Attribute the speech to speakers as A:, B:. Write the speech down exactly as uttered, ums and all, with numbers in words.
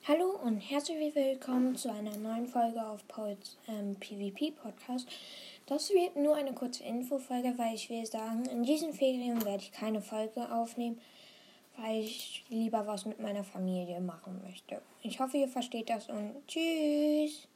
A: Hallo und herzlich willkommen zu einer neuen Folge auf Pauls ähm, PvP-Podcast. Das wird nur eine kurze Infofolge, weil ich will sagen, in diesen Ferien werde ich keine Folge aufnehmen, weil ich lieber was mit meiner Familie machen möchte. Ich hoffe, ihr versteht das und tschüss!